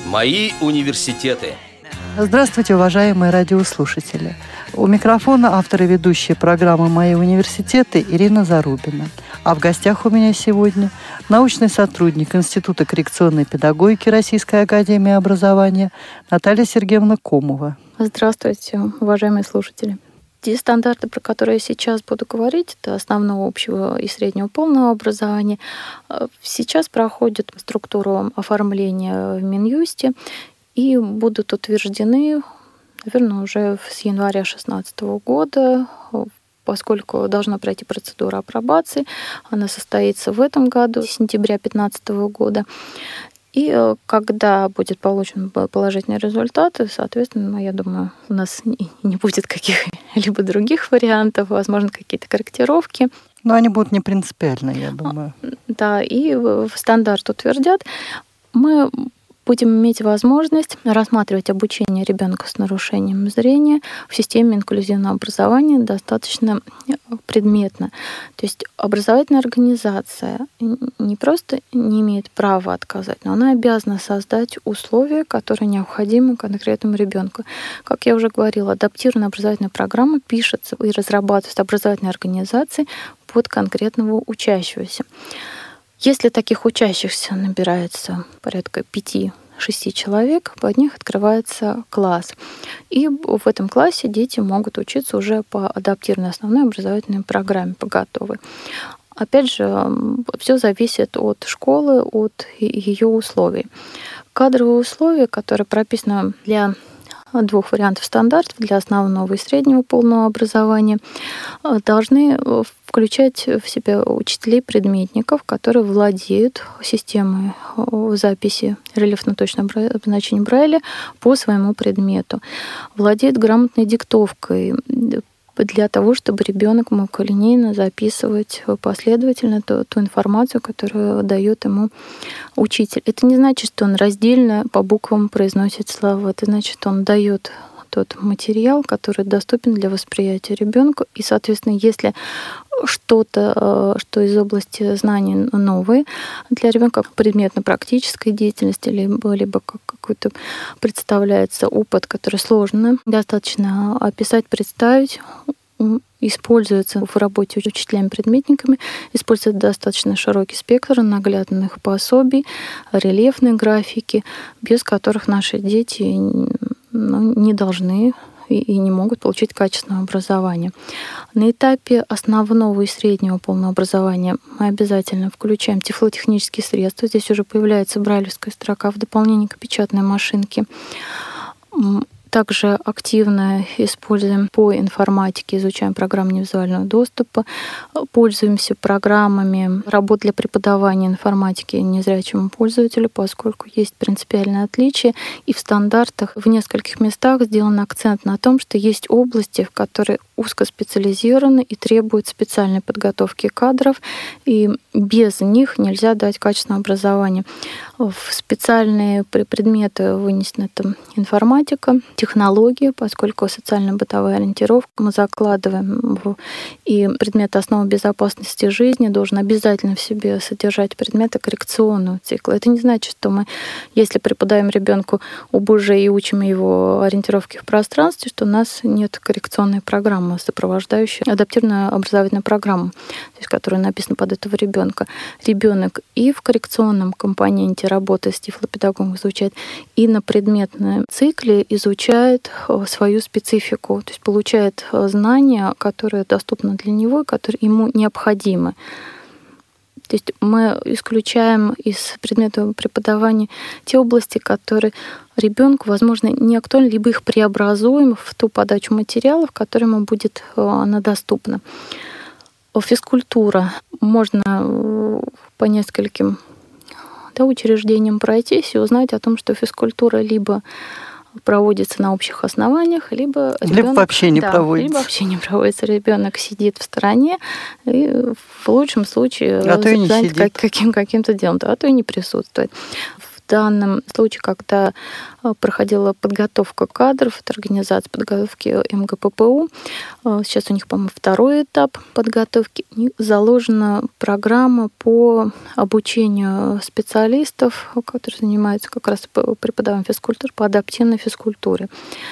Мои университеты. Здравствуйте, уважаемые радиослушатели. У микрофона автор и ведущая программы «Мои университеты» Ирина Зарубина. А в гостях у меня сегодня научный сотрудник Института коррекционной педагогики Российской академии образования Наталья Сергеевна Комова. Здравствуйте, уважаемые слушатели. Те стандарты, про которые я сейчас буду говорить, это основного общего и среднего полного образования, сейчас проходят структуру оформления в Минюсте и будут утверждены, наверное, уже с января 2016 года, поскольку должна пройти процедура апробации. Она состоится в этом году, с сентября 2015 года. И когда будет получен положительный результат, соответственно, я думаю, у нас не будет каких-либо других вариантов, возможно, какие-то корректировки. Но они будут не принципиальные, я думаю. Да, и в стандарт утвердят. Мы будем иметь возможность рассматривать обучение ребенка с нарушением зрения в системе инклюзивного образования достаточно предметно. То есть образовательная организация не просто не имеет права отказать, но она обязана создать условия, которые необходимы конкретному ребенку. Как я уже говорила, адаптированная образовательная программа пишется и разрабатывается образовательной организацией под конкретного учащегося. Если таких учащихся набирается порядка 5-6 человек, под них открывается класс. И в этом классе дети могут учиться уже по адаптированной основной образовательной программе, по готовой. Опять же, все зависит от школы, от ее условий. Кадровые условия, которые прописаны для двух вариантов стандартов, для основного и среднего полного образования, должны включать в себя учителей-предметников, которые владеют системой записи рельефно-точного обозначения Брайля по своему предмету, владеют грамотной диктовкой для того, чтобы ребенок мог линейно записывать последовательно ту информацию, которую дает ему учитель. Это не значит, что он раздельно по буквам произносит слова. Это значит, что он дает тот материал, который доступен для восприятия ребенку. И, соответственно, если что-то, что из области знаний новое для ребенка, предметно-практической деятельности, либо как какой-то представляется опыт, который сложно достаточно описать, представить, используется в работе учителями-предметниками, используется достаточно широкий спектр наглядных пособий, рельефной графики, без которых наши дети не должны и не могут получить качественное образование. На этапе основного и среднего полного образования мы обязательно включаем тифлотехнические средства. Здесь уже появляется брайлевская строка в дополнение к печатной машинке. Также активно используем по информатике, изучаем программы визуального доступа, пользуемся программами работ для преподавания информатики незрячему пользователю, поскольку есть принципиальное отличие. И в стандартах в нескольких местах сделан акцент на том, что есть области, в которые узкоспециализированы и требуют специальной подготовки кадров, и без них нельзя дать качественное образование. В специальные предметы вынесена это информатика, технологии, поскольку социально-бытовая ориентировка мы закладываем и предмет основы безопасности жизни должен обязательно в себе содержать предметы коррекционного цикла. Это не значит, что мы, если преподаем ребенку ОБЖ и учим его ориентировке в пространстве, что у нас нет коррекционной программы, сопровождающей адаптированную образовательную программу, то есть, которая написана под этого ребенка. Ребенок и в коррекционном компоненте работы с тифлопедагогом изучает, и на предметном цикле изучает свою специфику, то есть получает знания, которые доступны для него, которые ему необходимы. То есть мы исключаем из предмета преподавания те области, которые ребенку, возможно, не актуальны, либо их преобразуем в ту подачу материалов, которая ему будет она доступна. Физкультура. Можно по нескольким учреждениям пройтись и узнать о том, что физкультура либо проводится на общих основаниях, либо вообще не проводится. Либо вообще не проводится. Ребенок сидит в стороне и в лучшем случае занят каким-то делом, а то и не присутствует. данном случае, когда проходила подготовка кадров от организации подготовки МГППУ, сейчас у них, по-моему, второй этап подготовки, заложена программа по обучению специалистов, которые занимаются как раз преподаванием физкультуры, по адаптивной физкультуре.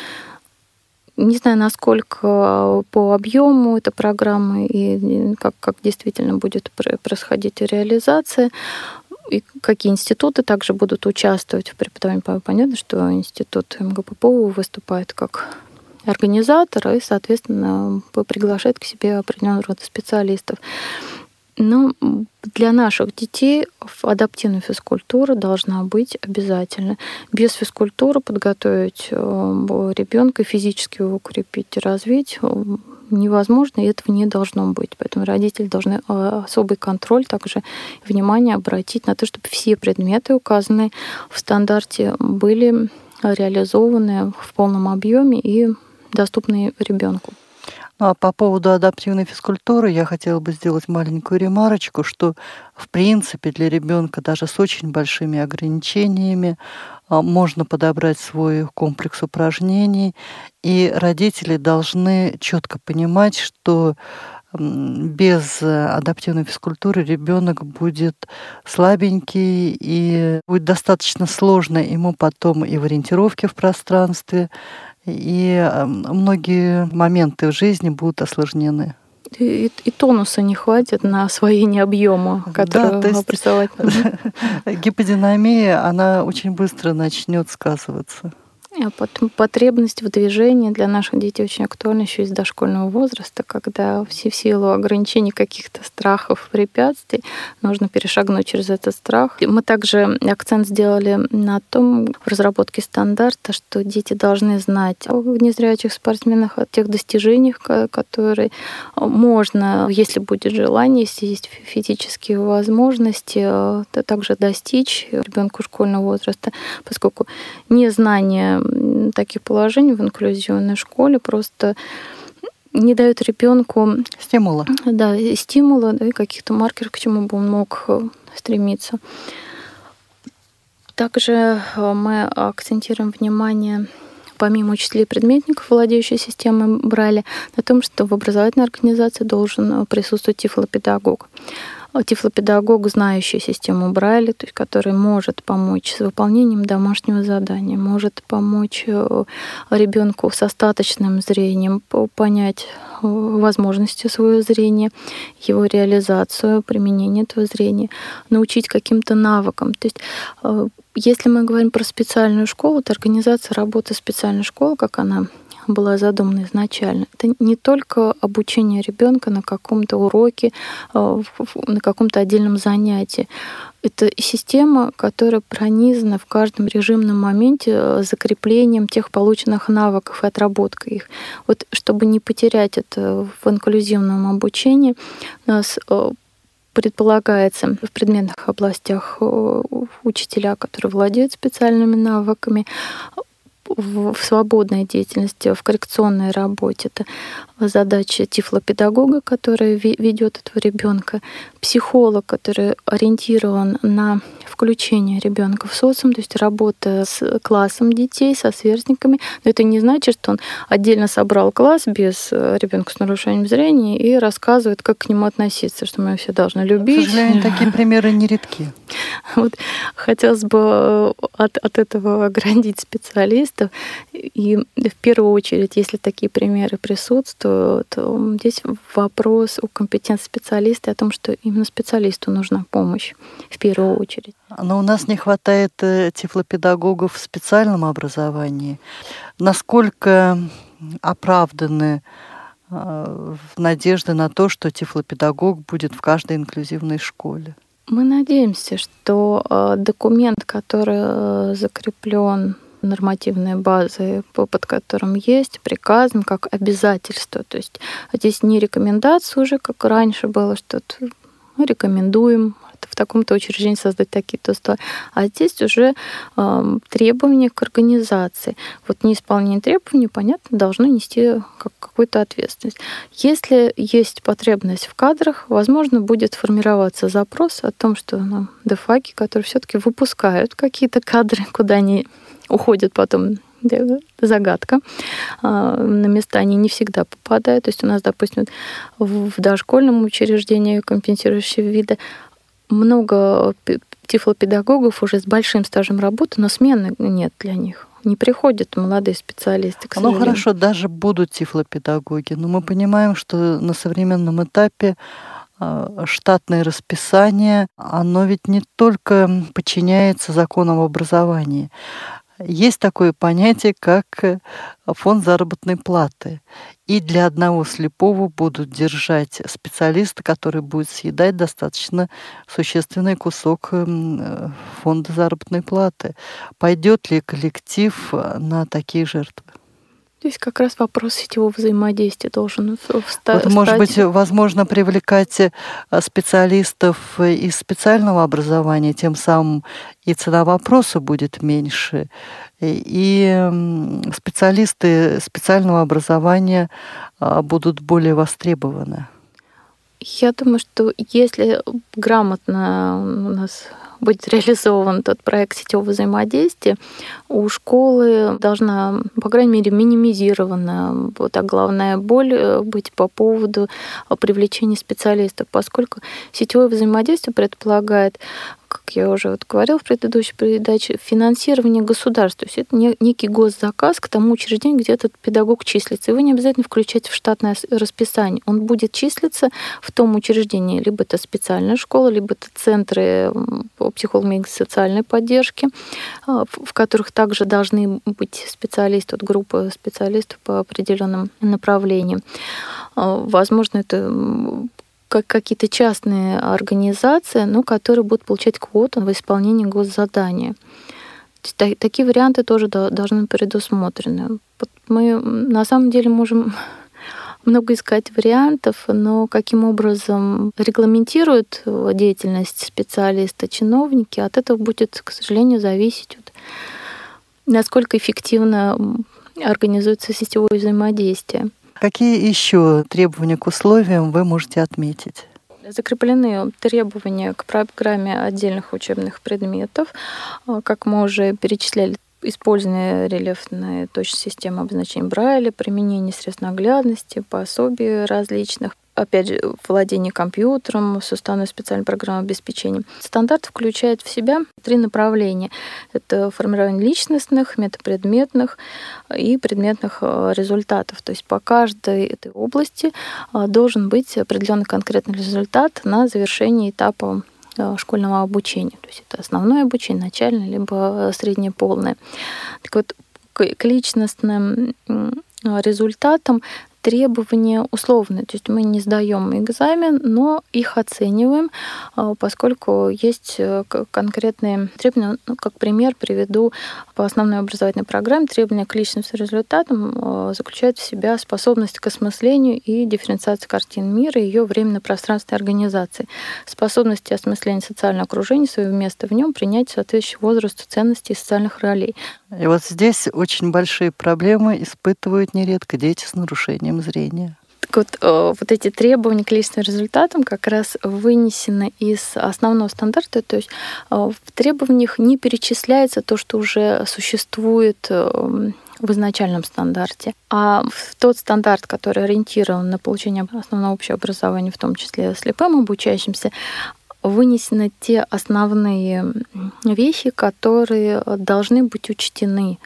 Не знаю, насколько по объему эта программа и как действительно будет происходить реализация, и какие институты также будут участвовать в преподавании. Понятно, что институт МГППУ выступает как организатор и, соответственно, приглашает к себе определенного рода специалистов. Но для наших детей адаптивная физкультура должна быть обязательно. Без физкультуры подготовить ребенка, физически его укрепить и развить невозможно, и этого не должно быть. Поэтому родители должны особый контроль, также внимание обратить на то, чтобы все предметы, указанные в стандарте, были реализованы в полном объеме и доступны ребенку. Ну, а по поводу адаптивной физкультуры я хотела бы сделать маленькую ремарочку, что в принципе для ребенка даже с очень большими ограничениями можно подобрать свой комплекс упражнений, и родители должны четко понимать, что без адаптивной физкультуры ребенок будет слабенький, и будет достаточно сложно ему потом и в ориентировке в пространстве, и многие моменты в жизни будут осложнены. И тонуса не хватит на освоение объема, который образовательный. Гиподинамия, она очень быстро начнет сказываться. А потом потребность в движении для наших детей очень актуальна еще из дошкольного возраста, когда в силу ограничений каких-то страхов, препятствий нужно перешагнуть через этот страх. Мы также акцент сделали на том в разработке стандарта, что дети должны знать о незрячих спортсменах, о тех достижениях, которые можно, если будет желание, если есть физические возможности, также достичь ребенку школьного возраста, поскольку незнание таких положений в инклюзионной школе просто не дают ребенку стимула. Да, стимула, да, и каких-то маркеров, к чему бы он мог стремиться. Также мы акцентируем внимание, помимо учителей-предметников, владеющих системой Брайля, на том, что в образовательной организации должен присутствовать тифлопедагог. Тифлопедагог, знающий систему Брайля, то есть который может помочь с выполнением домашнего задания, может помочь ребенку с остаточным зрением понять возможности своего зрения, его реализацию, применение этого зрения, научить каким-то навыкам. То есть если мы говорим про специальную школу, то организация работы специальной школы, как она была задумана изначально, это не только обучение ребенка на каком-то уроке, на каком-то отдельном занятии. Это система, которая пронизана в каждом режимном моменте закреплением тех полученных навыков и отработкой их. Вот чтобы не потерять это в инклюзивном обучении, у нас предполагается в предметных областях учителя, которые владеют специальными навыками, в свободной деятельности, в коррекционной работе. Это задача тифлопедагога, который ведет этого ребенка, психолог, который ориентирован на включение ребенка в социум, то есть работа с классом детей, со сверстниками. Но это не значит, что он отдельно собрал класс без ребенка с нарушением зрения и рассказывает, как к нему относиться, что мы все должны любить. К сожалению, такие примеры нередки. Вот хотелось бы от этого оградить специалистов. И в первую очередь, если такие примеры присутствуют, то здесь вопрос о компетенции специалиста и о том, что именно специалисту нужна помощь в первую очередь. Но у нас не хватает тифлопедагогов в специальном образовании. Насколько оправданы надежды на то, что тифлопедагог будет в каждой инклюзивной школе? Мы надеемся, что документ, который закреплен нормативной базы, под которым есть, приказом, как обязательство. То есть здесь не рекомендация уже, как раньше было, что мы рекомендуем в таком-то учреждении создать такие-то условия. А здесь уже требования к организации. Вот неисполнение требований, понятно, должно нести какую-то ответственность. Если есть потребность в кадрах, возможно, будет формироваться запрос о том, что ДФАКи, которые все-таки выпускают какие-то кадры, куда они уходят потом, загадка. На места они не всегда попадают. То есть у нас, допустим, в дошкольном учреждении компенсирующего вида много тифлопедагогов уже с большим стажем работы, но смены нет для них. Не приходят молодые специалисты, к сожалению. Ну хорошо, даже будут тифлопедагоги, но мы понимаем, что на современном этапе штатное расписание, оно ведь не только подчиняется законам образования. Есть такое понятие, как фонд заработной платы. И для одного слепого будут держать специалиста, который будет съедать достаточно существенный кусок фонда заработной платы. Пойдет ли коллектив на такие жертвы? Здесь как раз вопрос сетевого взаимодействия должен встать. Вот, может быть, возможно, привлекать специалистов из специального образования, тем самым и цена вопроса будет меньше, и специалисты специального образования будут более востребованы. Я думаю, что если грамотно у нас будет реализован тот проект сетевого взаимодействия, у школы должна, по крайней мере, минимизирована главная боль быть по поводу привлечения специалистов, поскольку сетевое взаимодействие предполагает, как я уже говорила в предыдущей передаче, финансирование государства. То есть это некий госзаказ к тому учреждению, где этот педагог числится. Его не обязательно включать в штатное расписание. Он будет числиться в том учреждении. Либо это специальная школа, либо это центры психолого-социальной поддержки, в которых также должны быть специалисты, группа специалистов по определенным направлениям. Возможно, это как какие-то частные организации, но которые будут получать квоту в исполнении госзадания. Такие варианты тоже должны быть предусмотрены. Мы на самом деле можем много искать вариантов, но каким образом регламентируют деятельность специалиста чиновники, от этого будет, к сожалению, зависеть, насколько эффективно организуется сетевое взаимодействие. Какие еще требования к условиям вы можете отметить? Закреплены требования к программе отдельных учебных предметов. Как мы уже перечисляли, использование рельефной точной системы обозначения Брайля, применение средств наглядности, пособий различных, опять же, владение компьютером, суставной специальной программой обеспечения. Стандарт включает в себя 3 направления. Это формирование личностных, метапредметных и предметных результатов. То есть по каждой этой области должен быть определенный конкретный результат на завершении этапа школьного обучения. То есть это основное обучение, начальное, либо среднее полное. Так вот, к личностным результатам требования условные. То есть мы не сдаем экзамен, но их оцениваем, поскольку есть конкретные требования. Как пример приведу, по основной образовательной программе требования к личностным результатам заключают в себя способность к осмыслению и дифференциации картин мира и ее временно-пространственной организации, способность осмысления социального окружения, своего места в нем, принять соответствующий возрасту ценностей и социальных ролей. И вот здесь очень большие проблемы испытывают нередко дети с нарушением зрения. Так вот эти требования к личным результатам как раз вынесены из основного стандарта, то есть в требованиях не перечисляется то, что уже существует в изначальном стандарте, а в тот стандарт, который ориентирован на получение основного общего образования, в том числе слепым обучающимся, вынесены те основные вещи, которые должны быть учтены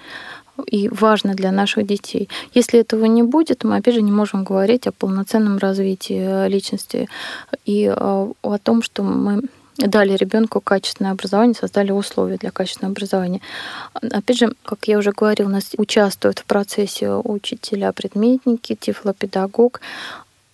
и важно для наших детей. Если этого не будет, мы, опять же, не можем говорить о полноценном развитии личности и о том, что мы дали ребенку качественное образование, создали условия для качественного образования. Опять же, как я уже говорила, у нас участвуют в процессе учителя-предметники, тифлопедагог.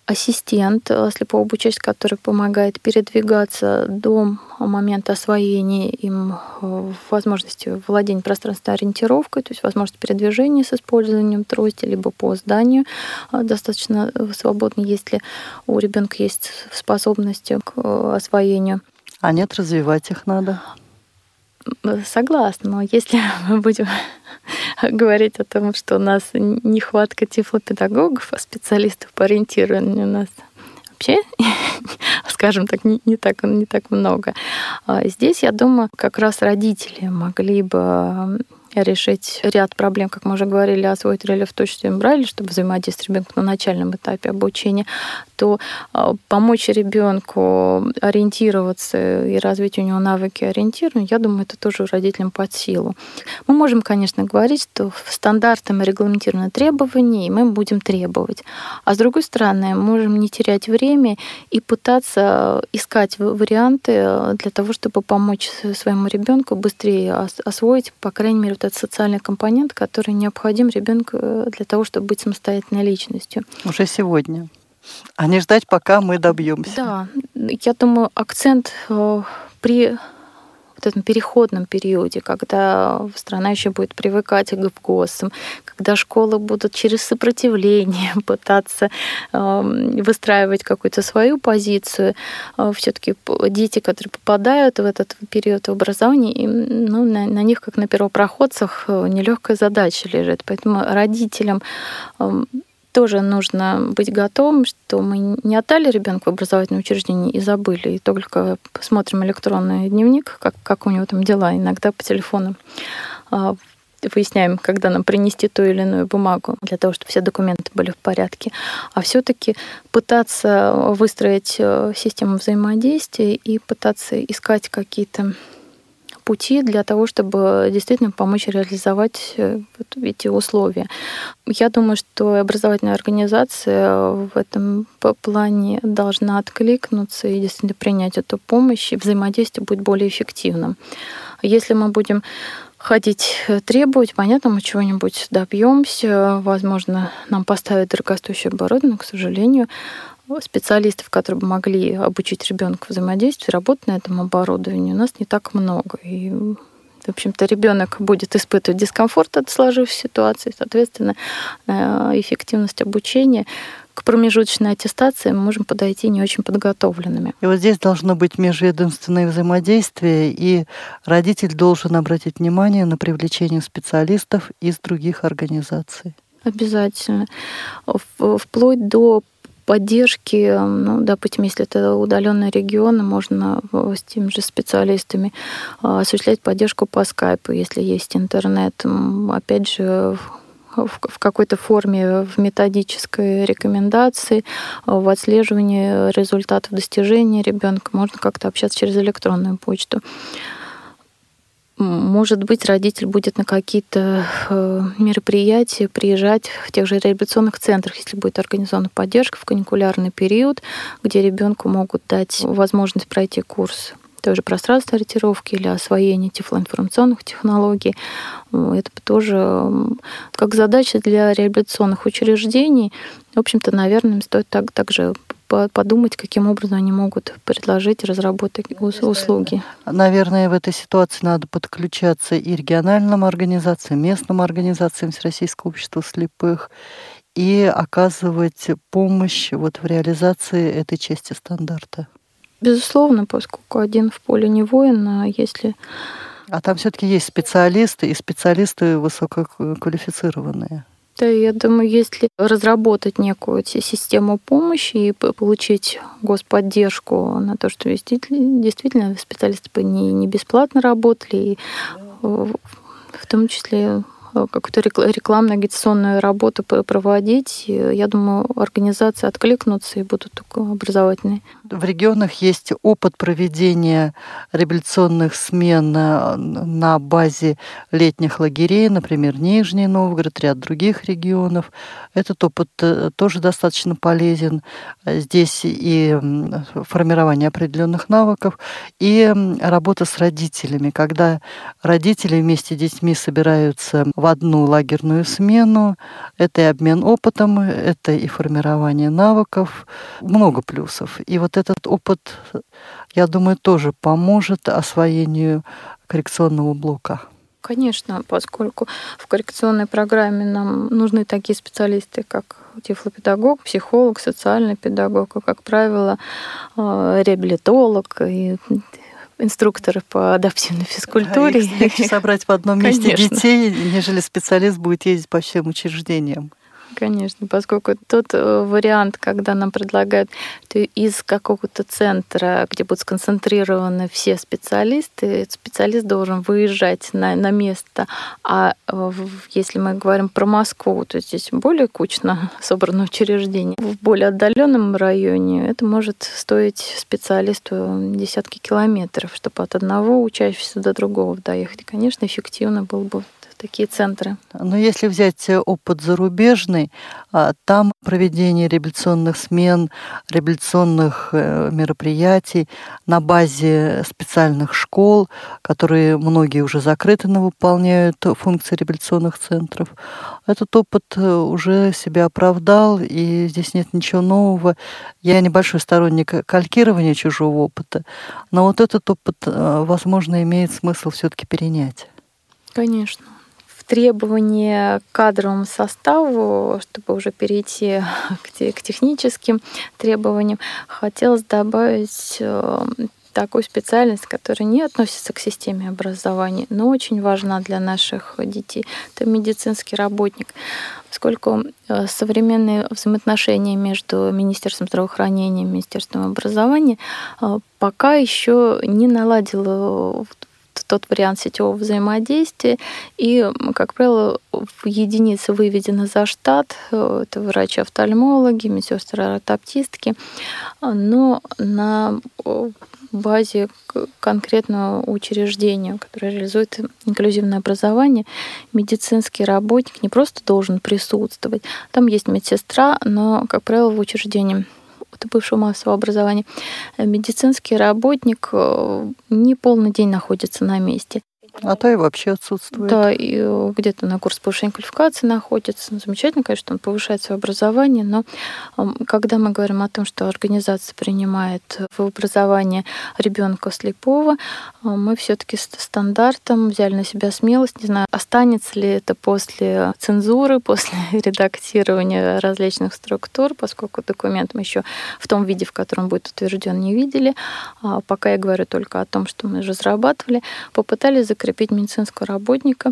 ассистент слепого обучающего, который помогает передвигаться до момента освоения им возможности владения пространственной ориентировкой, то есть возможность передвижения с использованием трости, либо по зданию достаточно свободно, если у ребенка есть способности к освоению. А нет, развивать их надо. Согласна, но если мы будем говорить о том, что у нас нехватка тифлопедагогов, а специалистов по ориентированию у нас вообще, скажем так, не так много. Здесь, я думаю, как раз родители могли бы решить ряд проблем, как мы уже говорили, освоить рельеф в точности Брайля, чтобы взаимодействовать с ребенком на начальном этапе обучения, то помочь ребенку ориентироваться и развить у него навыки ориентирования, я думаю, это тоже родителям под силу. Мы можем, конечно, говорить, что стандартами регламентированы требования, и мы будем требовать. А с другой стороны, мы можем не терять время и пытаться искать варианты для того, чтобы помочь своему ребенку быстрее освоить, по крайней мере, вот этот социальный компонент, который необходим ребенку для того, чтобы быть самостоятельной личностью. Уже сегодня. А не ждать, пока мы добьемся. Да, я думаю, акцент при вот этом переходном периоде, когда страна еще будет привыкать к ГОСам, когда школы будут через сопротивление пытаться выстраивать какую-то свою позицию, все-таки дети, которые попадают в этот период образования, на них, как на первопроходцах, нелегкая задача лежит. Поэтому родителям тоже нужно быть готовым, что мы не отдали ребенка в образовательное учреждение и забыли, и только посмотрим электронный дневник, как у него там дела. Иногда по телефону выясняем, когда нам принести ту или иную бумагу для того, чтобы все документы были в порядке. А все-таки пытаться выстроить систему взаимодействия и пытаться искать какие-то пути для того, чтобы действительно помочь реализовать эти условия. Я думаю, что образовательная организация в этом плане должна откликнуться и действительно принять эту помощь, и взаимодействие будет более эффективным. Если мы будем ходить, требовать, понятно, мы чего-нибудь добьемся, возможно, нам поставят дорогостоящее оборудование, но, к сожалению, специалистов, которые бы могли обучить ребенка взаимодействию, работать на этом оборудовании, у нас не так много. И, в общем-то, ребенок будет испытывать дискомфорт от сложившейся ситуации, соответственно, эффективность обучения к промежуточной аттестации мы можем подойти не очень подготовленными. И вот здесь должно быть межведомственное взаимодействие, и родитель должен обратить внимание на привлечение специалистов из других организаций. Обязательно. Вплоть до поддержки, допустим, если это удаленные регионы, можно с теми же специалистами осуществлять поддержку по скайпу, если есть интернет. Опять же, в какой-то форме в методической рекомендации, в отслеживании результатов достижения ребенка можно как-то общаться через электронную почту. Может быть, родитель будет на какие-то мероприятия приезжать в тех же реабилитационных центрах, если будет организована поддержка в каникулярный период, где ребенку могут дать возможность пройти курс той же пространственной ориентировки или освоения тифлоинформационных технологий. Это тоже как задача для реабилитационных учреждений. В общем-то, наверное, им стоит также подумать, каким образом они могут предложить, разработать услуги. Наверное, в этой ситуации надо подключаться и региональным организациям, местным организациям Всероссийского общества слепых и оказывать помощь вот в реализации этой части стандарта. Безусловно, поскольку один в поле не воин, а если... А там все-таки есть специалисты, и специалисты высококвалифицированные. Да, я думаю, если разработать некую систему помощи и получить господдержку на то, что действительно специалисты бы не бесплатно работали, и в том числе какую-то рекламно-агитационную работу проводить, я думаю, организации откликнутся и будут только образовательные. В регионах есть опыт проведения реабилитационных смен на базе летних лагерей, например, Нижний Новгород, ряд других регионов. Этот опыт тоже достаточно полезен. Здесь и формирование определенных навыков, и работа с родителями, когда родители вместе с детьми собираются в в одну лагерную смену. Это и обмен опытом, это и формирование навыков, много плюсов. И вот этот опыт, я думаю, тоже поможет освоению коррекционного блока. Конечно, поскольку в коррекционной программе нам нужны такие специалисты, как тифлопедагог, психолог, социальный педагог, и, как правило, реабилитолог и инструкторы по адаптивной физкультуре. Их легче собрать в одном месте детей, нежели специалист будет ездить по всем учреждениям. Конечно, поскольку тот вариант, когда нам предлагают, что из какого-то центра, где будут сконцентрированы все специалисты, этот специалист должен выезжать на место. А если мы говорим про Москву, то здесь более кучно собрано учреждение. В более отдаленном районе это может стоить специалисту десятки километров, чтобы от одного учащегося до другого доехать. И, конечно, эффективно было бы такие центры. Но если взять опыт зарубежный, там проведение реабилитационных смен, реабилитационных мероприятий на базе специальных школ, которые многие уже закрыты, но выполняют функции реабилитационных центров. Этот опыт уже себя оправдал, и здесь нет ничего нового. Я небольшой сторонник калькирования чужого опыта, но вот этот опыт, возможно, имеет смысл все-таки перенять. Конечно. Требования к кадровому составу, чтобы уже перейти к техническим требованиям, хотелось добавить такую специальность, которая не относится к системе образования, но очень важна для наших детей. Это медицинский работник. Поскольку современные взаимоотношения между Министерством здравоохранения и Министерством образования пока еще не наладило тот вариант сетевого взаимодействия, и, как правило, в единицы выведены за штат, это врачи-офтальмологи, медсестры-ортоптистки, но на базе конкретного учреждения, которое реализует инклюзивное образование, медицинский работник не просто должен присутствовать. Там есть медсестра, но, как правило, в учреждении бывшего массового образования, медицинский работник не полный день находится на месте. А то и вообще отсутствует. Да, и где-то на курс повышения квалификации находится. Замечательно, конечно, он повышает свое образование, но когда мы говорим о том, что организация принимает в образование ребенка слепого, мы все-таки стандартом взяли на себя смелость. Не знаю, останется ли это после цензуры, после редактирования различных структур, поскольку документ мы еще в том виде, в котором он будет утвержден, не видели. Пока я говорю только о том, что мы разрабатывали, попытались закрепить медицинского работника,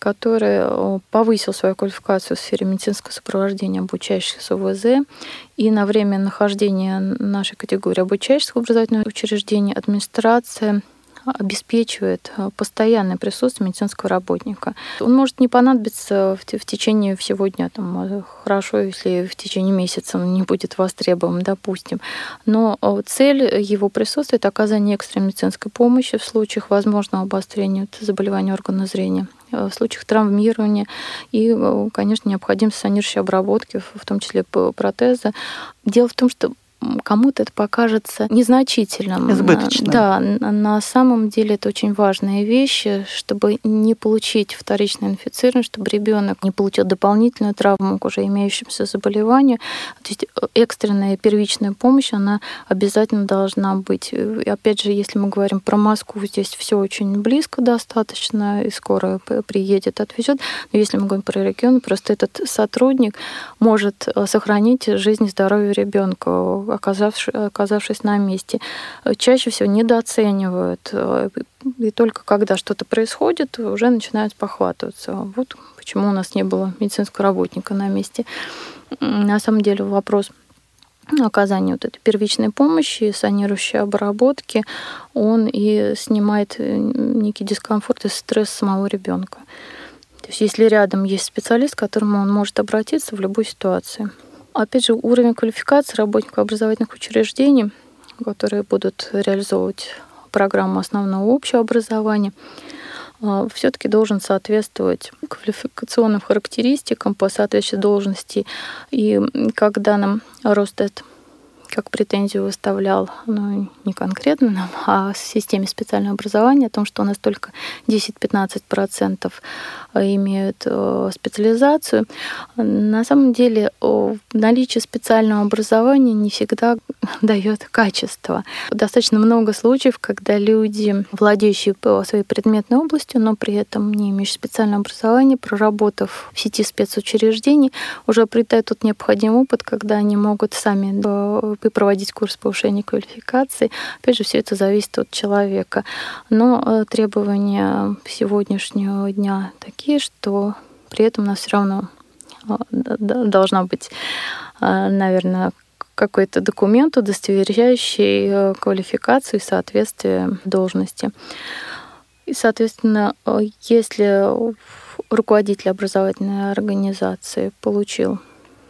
который повысил свою квалификацию в сфере медицинского сопровождения обучающихся ОВЗ, и на время нахождения нашей категории обучающихся в образовательном учреждении администрация обеспечивает постоянное присутствие медицинского работника. Он может не понадобиться в течение всего дня. Там, хорошо, если в течение месяца он не будет востребован, допустим. Но цель его присутствия — это оказание экстренной медицинской помощи в случаях возможного обострения заболевания органа зрения, в случаях травмирования и, конечно, необходимость санирующей обработки, в том числе протеза. Дело в том, что кому-то это покажется незначительным. Избыточным. Да, на самом деле это очень важная вещь, чтобы не получить вторичное инфицирование, чтобы ребенок не получил дополнительную травму к уже имеющемуся заболеванию. То есть экстренная первичная помощь, она обязательно должна быть. И опять же, если мы говорим про Москву, здесь все очень близко достаточно, и скоро приедет, отвезет. Но если мы говорим про регион, просто этот сотрудник может сохранить жизнь и здоровье ребенка, оказавшись на месте. Чаще всего недооценивают. И только когда что-то происходит, уже начинают похватываться. Вот почему у нас не было медицинского работника на месте. На самом деле вопрос оказания вот этой первичной помощи, санирующей обработки, он и снимает некий дискомфорт и стресс самого ребенка. То есть если рядом есть специалист, к которому он может обратиться в любой ситуации. Опять же, уровень квалификации работников образовательных учреждений, которые будут реализовывать программу основного общего образования, все-таки должен соответствовать квалификационным характеристикам по соответствующей должности. И когда нам Росстат как претензию выставлял, не конкретно нам, а в системе специального образования, о том, что у нас только 10-15% имеют специализацию. На самом деле наличие специального образования не всегда дает качество. Достаточно много случаев, когда люди, владеющие своей предметной областью, но при этом не имеющие специального образования, проработав в сети спецучреждений, уже обретают тот необходимый опыт, когда они могут сами проводить курс повышения квалификации. Опять же, все это зависит от человека. Но требования сегодняшнего дня такие, что при этом у нас все равно должна быть, наверное, какой-то документ, удостоверяющий квалификацию и соответствие должности. И, соответственно, если руководитель образовательной организации получил,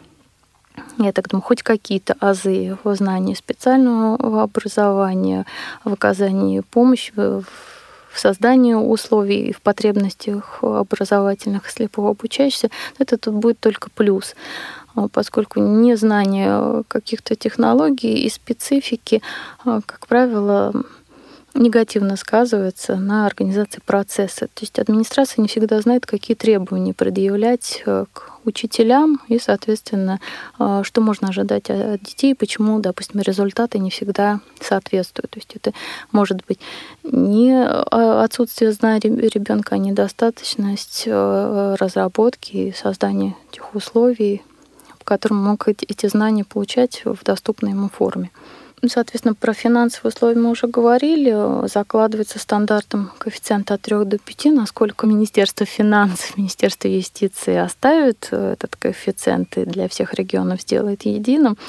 я так думаю, хоть какие-то азы в знании специального образования, в оказании помощи, в создании условий и в потребностях образовательных слепого обучающегося, это тут будет только плюс, поскольку незнание каких-то технологий и специфики, как правило, негативно сказывается на организации процесса. То есть администрация не всегда знает, какие требования предъявлять к учителям и, соответственно, что можно ожидать от детей, почему, допустим, результаты не всегда соответствуют. То есть это может быть не отсутствие знаний ребенка, а недостаточность разработки и создания тех условий, по которым мог эти знания получать в доступной ему форме. Соответственно, про финансовые условия мы уже говорили. Закладывается стандартом коэффициент от 3 до 5. Насколько Министерство финансов, Министерство юстиции оставит этот коэффициент и для всех регионов сделает единым,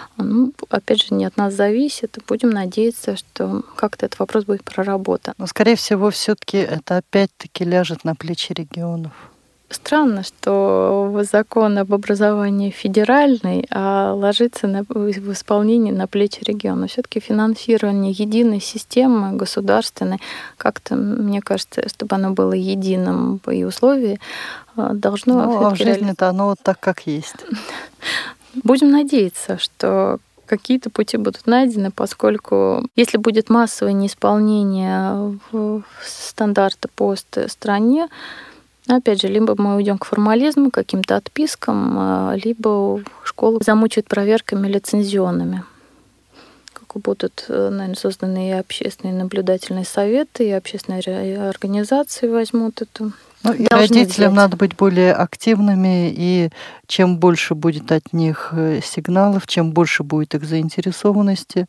опять же, не от нас зависит. Будем надеяться, что как-то этот вопрос будет проработан. Но, скорее всего, все-таки это опять-таки ляжет на плечи регионов. Странно, что закон об образовании федеральный, а ложится в исполнении на плечи региона. Все-таки финансирование единой системы государственной, как-то, мне кажется, чтобы оно было единым и условия, должно... А в жизни-то оно вот так, как есть. Будем надеяться, что какие-то пути будут найдены, поскольку если будет массовое неисполнение стандарта по стране, опять же, либо мы уйдем к формализму, к каким-то отпискам, либо школу замучают проверками лицензионными. Как будут, наверное, созданы и общественные наблюдательные советы, и общественные организации возьмут это. И родителям надо быть более активными, и чем больше будет от них сигналов, чем больше будет их заинтересованности,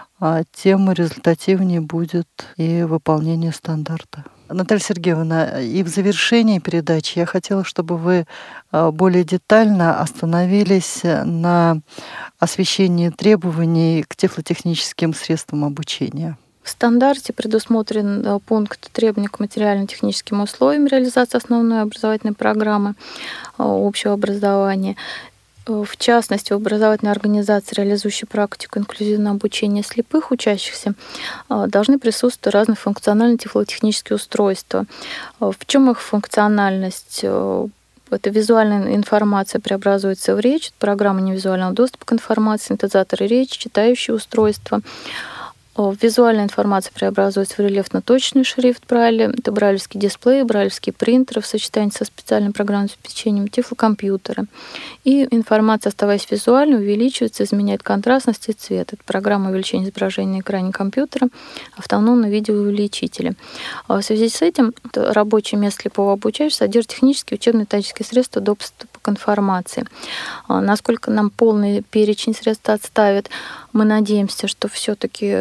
тем результативнее будет и выполнение стандарта. Наталья Сергеевна, и в завершении передачи я хотела, чтобы вы более детально остановились на освещении требований к тифлотехническим средствам обучения. В стандарте предусмотрен пункт требований к материально-техническим условиям реализации основной образовательной программы общего образования. В частности, в образовательной организации, реализующей практику инклюзивного обучения слепых учащихся, должны присутствовать разные функциональные тифлотехнические устройства. В чем их функциональность? Это визуальная информация преобразуется в речь, программа невизуального доступа к информации, синтезаторы речи, читающие устройства. Визуальная информация преобразуется в рельефно-точный шрифт Брайля. Это брайлевский дисплей, брайлевские принтеры в сочетании со специальным программным обеспечением, тифлокомпьютеры. И информация, оставаясь визуальной, увеличивается, изменяет контрастность и цвет. Это программа увеличения изображения на экране компьютера, автономные видеоувеличители. В связи с этим рабочее место слепого обучающего содержит технические учебно-методические средства доступа к информации. Насколько нам полный перечень средств отставят, мы надеемся, что все-таки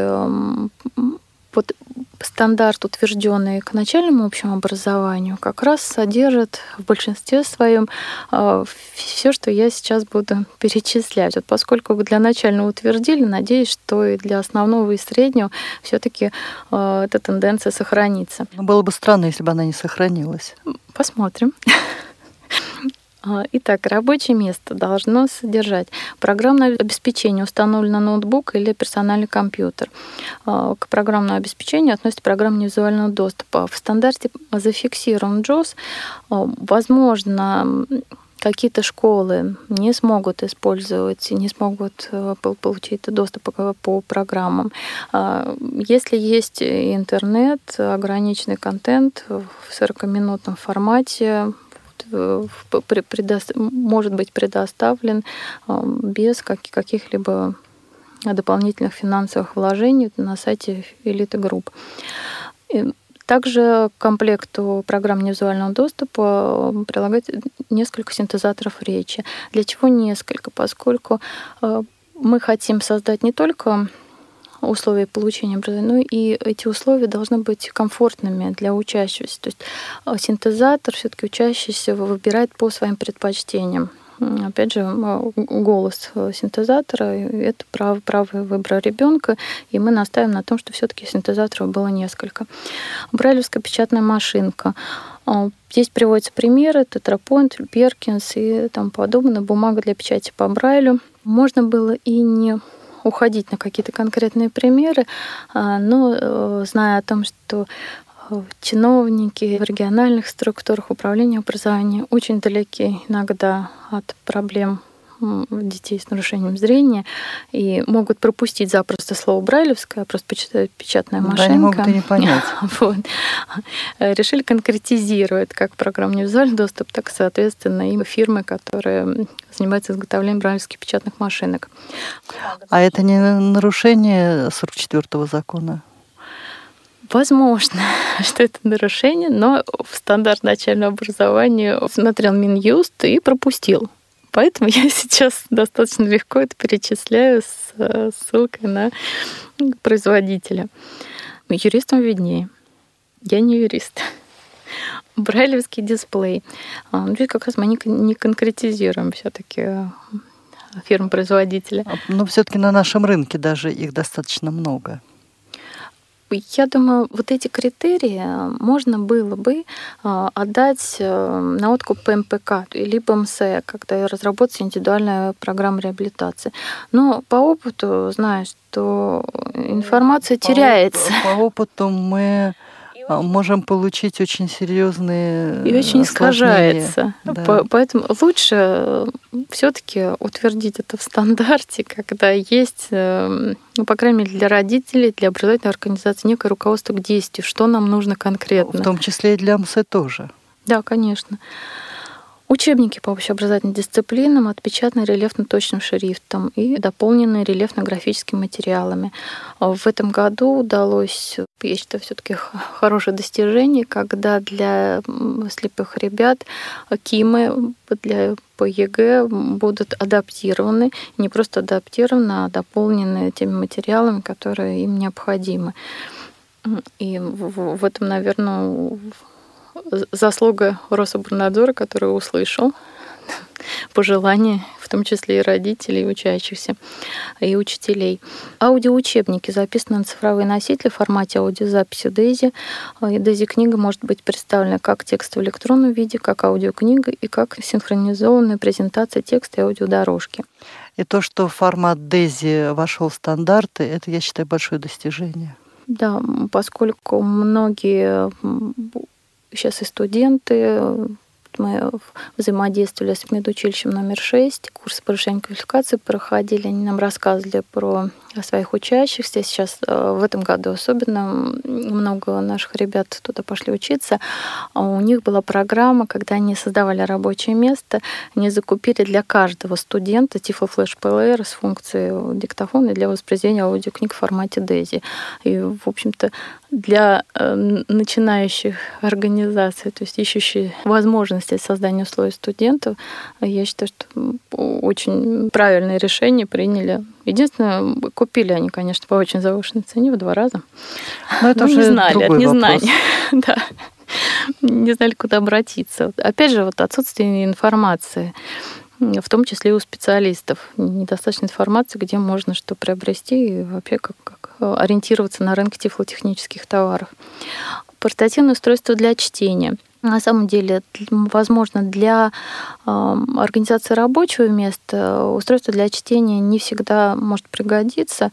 стандарт, утвержденный к начальному общему образованию, как раз содержит в большинстве своем все, что я сейчас буду перечислять. Поскольку для начального утвердили, надеюсь, что и для основного и среднего все-таки эта тенденция сохранится. Было бы странно, если бы она не сохранилась. Посмотрим. Итак, рабочее место должно содержать программное обеспечение, установлено на ноутбук или персональный компьютер. К программному обеспечению относится программа визуального доступа. В стандарте зафиксирован JAWS. Возможно, какие-то школы не смогут использовать, не смогут получить доступ по программам. Если есть интернет, ограниченный контент в 40-минутном формате может быть предоставлен без каких-либо дополнительных финансовых вложений на сайте Elite Group. Также к комплекту программ невизуального доступа прилагается несколько синтезаторов речи. Для чего несколько? Поскольку мы хотим создать не только условия получения образования, но и эти условия должны быть комфортными для учащегося. То есть синтезатор все-таки учащийся выбирает по своим предпочтениям. Опять же, голос синтезатора — это правый выбор ребенка, и мы настаиваем на том, что все-таки синтезаторов было несколько. Брайлевская печатная машинка. Здесь приводятся примеры: Тетрапойнт, Перкинс и тому подобное. Бумага для печати по Брайлю. Можно было и не уходить на какие-то конкретные примеры, но зная о том, что чиновники в региональных структурах управления образования очень далеки иногда от проблем детей с нарушением зрения и могут пропустить запросто слово брайлевское, просто почитают печатная машинка. Да, они могут и не понять. Вот. Решили конкретизировать как программный визуальный доступ, так, соответственно, и фирмы, которые занимаются изготовлением брайлевских печатных машинок. А это не нарушение 44-го закона? Возможно, что это нарушение, но в стандарт начального образования смотрел Минюст и пропустил. Поэтому я сейчас достаточно легко это перечисляю с ссылкой на производителя. Юристам виднее. Я не юрист. Брайлевский дисплей. Здесь как раз мы не конкретизируем все-таки фирм-производителя. Но все-таки на нашем рынке даже их достаточно много. Я думаю, вот эти критерии можно было бы отдать на откуп МПК, либо МСЭ, когда разработается индивидуальная программа реабилитации. Но по опыту знаю, что информация теряется. По опыту мы можем получить очень серьезные и очень искажается. Да. Поэтому лучше все-таки утвердить это в стандарте, когда есть, по крайней мере, для родителей, для образовательной организации некое руководство к действию, что нам нужно конкретно. В том числе и для МСЭ тоже. Да, конечно. Учебники по общеобразовательным дисциплинам отпечатаны рельефно-точным шрифтом и дополнены рельефно-графическими материалами. В этом году удалось, я считаю, все-таки хорошее достижение, когда для слепых ребят КИМы по ЕГЭ будут адаптированы, не просто адаптированы, а дополнены теми материалами, которые им необходимы. И в этом, наверное, заслуга Рособорнадзора, который услышал пожелания, в том числе и родителей, и учащихся, и учителей. Аудиоучебники записаны на цифровые носители в формате аудиозаписи DAISY. И DAISY-книга может быть представлена как текст в электронном виде, как аудиокнига и как синхронизованная презентация текста и аудиодорожки. И то, что формат DAISY вошел в стандарты, это, я считаю, большое достижение. Да, поскольку многие сейчас и студенты, мы взаимодействовали с медучилищем номер 6, курсы повышения квалификации проходили, они нам рассказывали про своих учащихся. Сейчас в этом году особенно много наших ребят туда пошли учиться. У них была программа, когда они создавали рабочее место, они закупили для каждого студента тифлофлеш-плеер с функцией диктофона для воспроизведения аудиокниг в формате DAISY. И, в общем-то, для начинающих организаций, то есть ищущих возможности создания условий студентов, я считаю, что очень правильное решение приняли. Единственное, купили они, конечно, по очень завышенной цене в 2 раза. Но это уже не знали, от незнания. Да. Не знали, куда обратиться. Опять же, вот отсутствие информации, в том числе и у специалистов. Недостаточно информации, где можно что приобрести и вообще как ориентироваться на рынке тифлотехнических товаров. Портативное устройство для чтения. На самом деле, возможно, для организации рабочего места устройство для чтения не всегда может пригодиться.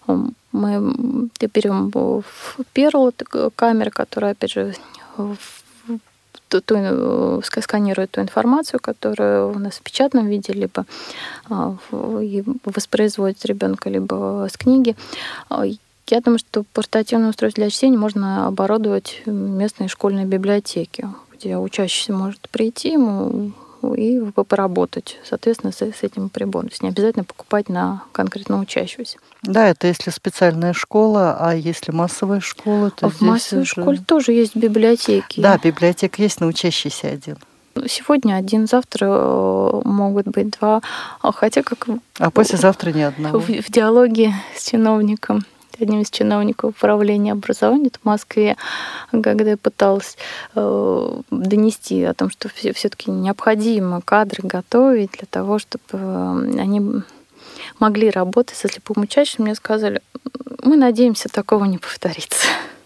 Мы берем Perl, камера, которая, опять же, сканирует ту информацию, которую у нас в печатном виде, либо воспроизводит ребенка, либо с книги. Я думаю, что портативное устройство для чтения можно оборудовать в местной школьной библиотеке, где учащийся может прийти ему и поработать, соответственно, с этим прибором. То есть не обязательно покупать на конкретно учащегося. Да, это если специальная школа, а если массовая школа, то в массовой уже... школе тоже есть библиотеки. Да, библиотека есть, но учащийся один. Сегодня один, завтра могут быть два, хотя как... А послезавтра ни одного. В диалоге с чиновником, одним из чиновников управления образования в Москве, когда я пыталась донести о том, что все-таки необходимо кадры готовить для того, чтобы они могли работать со слепым учащимся, мне сказали, мы надеемся, такого не повторится.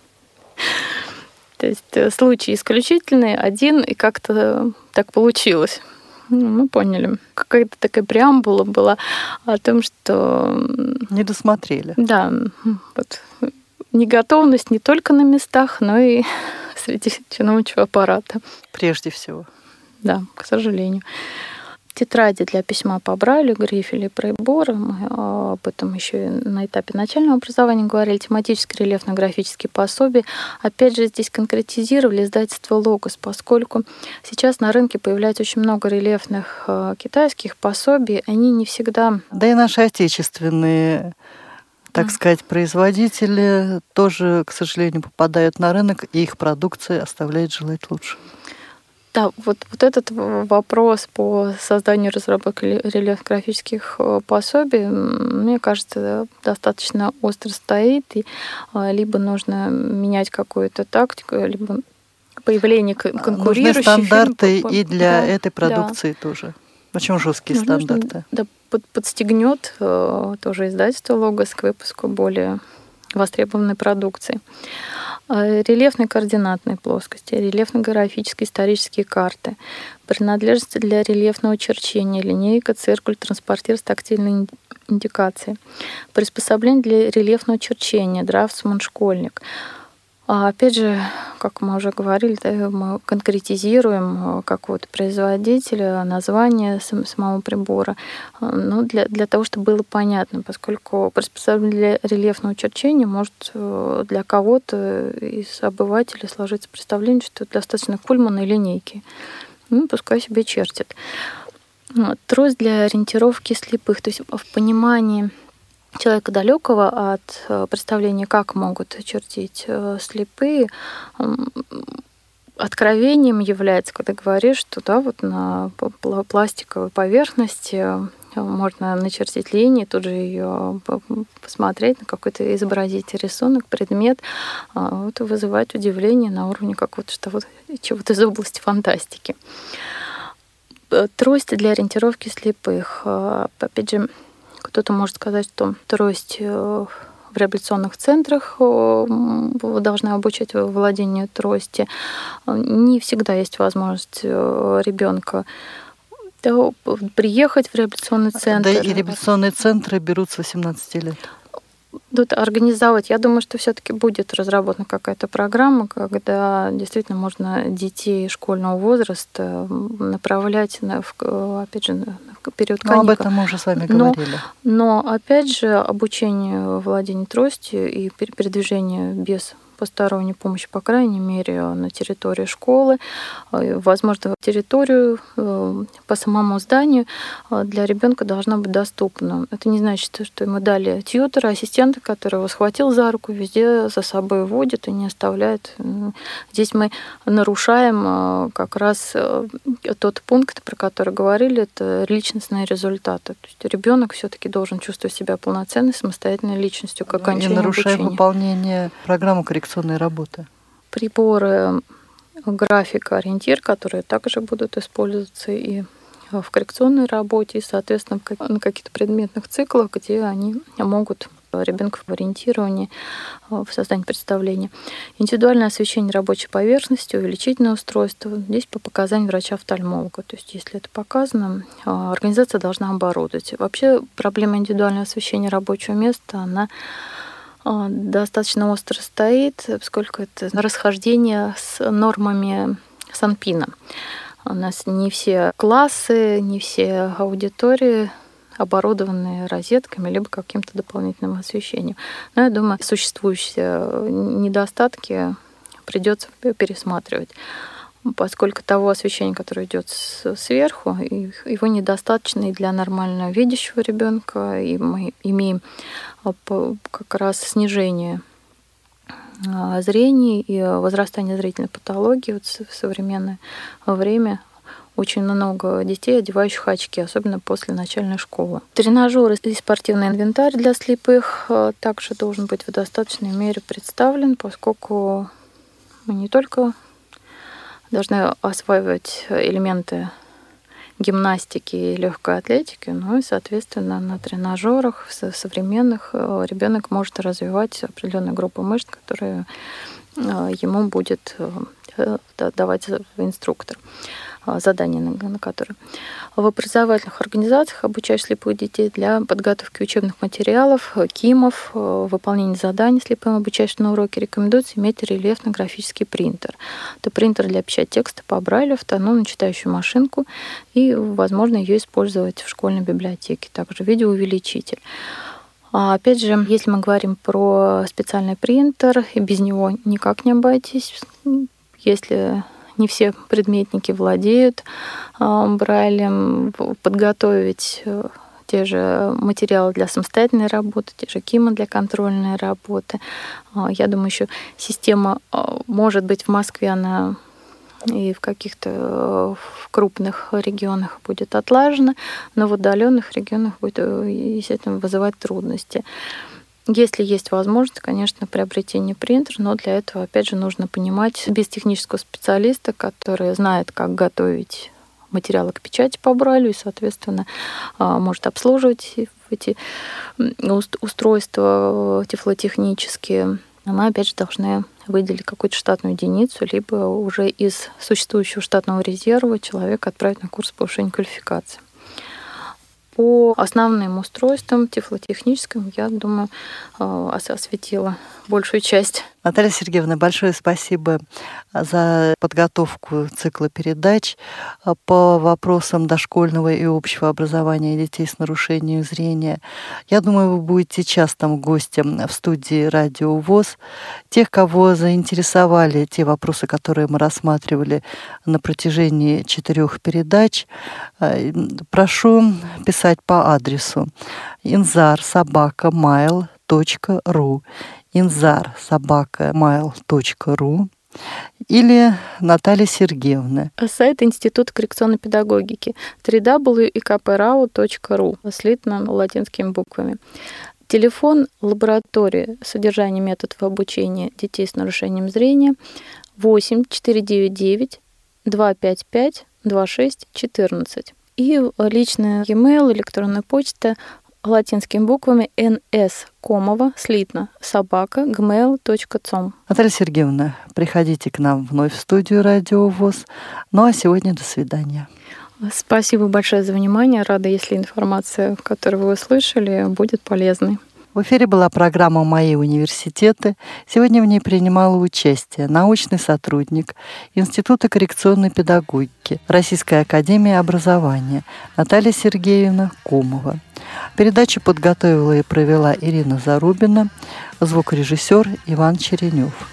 То есть случай исключительный, один, и как-то так получилось. Мы поняли. Какая-то такая преамбула была о том, что... Не досмотрели. Да. Вот, неготовность не только на местах, но и среди чиновничьего аппарата. Прежде всего. Да, к сожалению. Тетради для письма по Брайлю, грифели, приборы. Мы об этом еще на этапе начального образования говорили. Тематические рельефно-графические пособия. Опять же, здесь конкретизировали издательство «Логос», поскольку сейчас на рынке появляется очень много рельефных китайских пособий. Они не всегда... Да и наши отечественные, так сказать, производители тоже, к сожалению, попадают на рынок, и их продукция оставляет желать лучшего. Да, вот этот вопрос по созданию и разработке рельефно-графических пособий, мне кажется, достаточно остро стоит, и либо нужно менять какую-то тактику, либо появление конкурирующих. Нужны стандарты и для этой продукции тоже. Очень жесткие стандарты. Да, подстегнет тоже издательство «Логос» к выпуску более востребованной продукции. Рельефные координатные плоскости, рельефно-графические исторические карты, принадлежности для рельефного черчения, линейка, циркуль, транспортир с тактильной индикацией, приспособление для рельефного черчения, драфтсман, школьник. Опять же, как мы уже говорили, да, мы конкретизируем какого-то производителя, название самого прибора, для того, чтобы было понятно, поскольку приспособление для рельефного черчения может для кого-то из обывателей сложиться представление, что это достаточно кульмана и линейки. Пускай себе чертит. Трость для ориентировки слепых, то есть в понимании человека далекого от представления, как могут чертить слепые, откровением является, когда говоришь, что да, вот на пластиковой поверхности можно начертить линии, тут же ее посмотреть, на какой-то изобразить рисунок, предмет, вот, вызывать удивление на уровне какого-то чего-то из области фантастики. Трости для ориентировки слепых. Опять же, кто-то может сказать, что трость в реабилитационных центрах должна обучать владению трости. Не всегда есть возможность ребенка приехать в реабилитационный центр. Да, и реабилитационные центры берут с 18 лет. Тут организовать. Я думаю, что все-таки будет разработана какая-то программа, когда действительно можно детей школьного возраста направлять, опять же, на период каникул. Об этом мы уже с вами говорили. Но опять же, обучение владению тростью и передвижение без посторонней помощи, по крайней мере, на территории школы, возможно, территорию по самому зданию для ребенка должна быть доступна. Это не значит, что ему дали тьютера, ассистента, который его схватил за руку, везде за собой водит и не оставляет. Здесь мы нарушаем как раз тот пункт, про который говорили, это личностные результаты. То есть ребенок все-таки должен чувствовать себя полноценной, самостоятельной личностью к окончанию обучения. И нарушаем выполнение программы коррекционной работы. Приборы графика, ориентир, которые также будут использоваться и в коррекционной работе, и, соответственно, на каких-то предметных циклах, где они могут ребенка в ориентировании, в создании представления. Индивидуальное освещение рабочей поверхности, увеличительное устройство. Здесь по показанию врача-офтальмолога. То есть, если это показано, организация должна оборудовать. Вообще, проблема индивидуального освещения рабочего места, она достаточно остро стоит, поскольку это расхождение с нормами Санпина. У нас не все классы, не все аудитории оборудованные розетками либо каким-то дополнительным освещением. Но я думаю, существующие недостатки придется пересматривать, поскольку того освещения, которое идет сверху, его недостаточно и для нормально видящего ребенка, и мы имеем как раз снижение зрения и возрастание зрительной патологии. Вот в современное время очень много детей, одевающих очки, особенно после начальной школы. Тренажеры и спортивный инвентарь для слепых также должен быть в достаточной мере представлен, поскольку мы не только должны осваивать элементы гимнастики и легкой атлетики, но и, соответственно, на тренажерах современных ребенок может развивать определенную группу мышц, которые ему будет давать инструктор, задания на которые. В образовательных организациях, обучающих слепых детей для подготовки учебных материалов, КИМов, выполнения заданий слепым обучающим на уроке, рекомендуется иметь рельефно-графический принтер. Это принтер для печати текста по Брайлю, автономную читающую машинку, и, возможно, ее использовать в школьной библиотеке. Также видеоувеличитель. Опять же, если мы говорим про специальный принтер, и без него никак не обойтись, если не все предметники владеют Брайлем, подготовить те же материалы для самостоятельной работы, те же КИМы для контрольной работы. Я думаю, еще система, может быть, в Москве она и в каких-то крупных регионах будет отлажена, но в отдаленных регионах будет, естественно, вызывать трудности. Если есть возможность, конечно, приобретение принтера, но для этого, опять же, нужно понимать без технического специалиста, который знает, как готовить материалы к печати по Брайлю и, соответственно, может обслуживать эти устройства тифлотехнические. Мы, опять же, должны выделить какую-то штатную единицу, либо уже из существующего штатного резерва человека отправить на курс повышения квалификации. По основным устройствам тифлотехническим, я думаю, осветила большую часть. Наталья Сергеевна, большое спасибо за подготовку цикла передач по вопросам дошкольного и общего образования детей с нарушением зрения. Я думаю, вы будете частым гостем в студии Радио ВОС. Тех, кого заинтересовали те вопросы, которые мы рассматривали на протяжении 4 передач, прошу писать по адресу inzar@mail.ru inzar@mail.ru или Наталья Сергеевна. Сайт Института коррекционной педагогики www.ikprau.ru слитно латинскими буквами. Телефон лаборатории содержания методов обучения детей с нарушением зрения 8 499 255 26 14. И личный e-mail, электронная почта латинскими буквами ns@gmail.com. Наталья Сергеевна, приходите к нам вновь в студию Радио ВОС. Ну а сегодня до свидания. Спасибо большое за внимание. Рада, если информация, которую вы услышали, будет полезной. В эфире была программа «Мои университеты». Сегодня в ней принимала участие научный сотрудник Института коррекционной педагогики Российской академии образования Наталья Сергеевна Комова. Передачу подготовила и провела Ирина Зарубина, звукорежиссер Иван Черенев.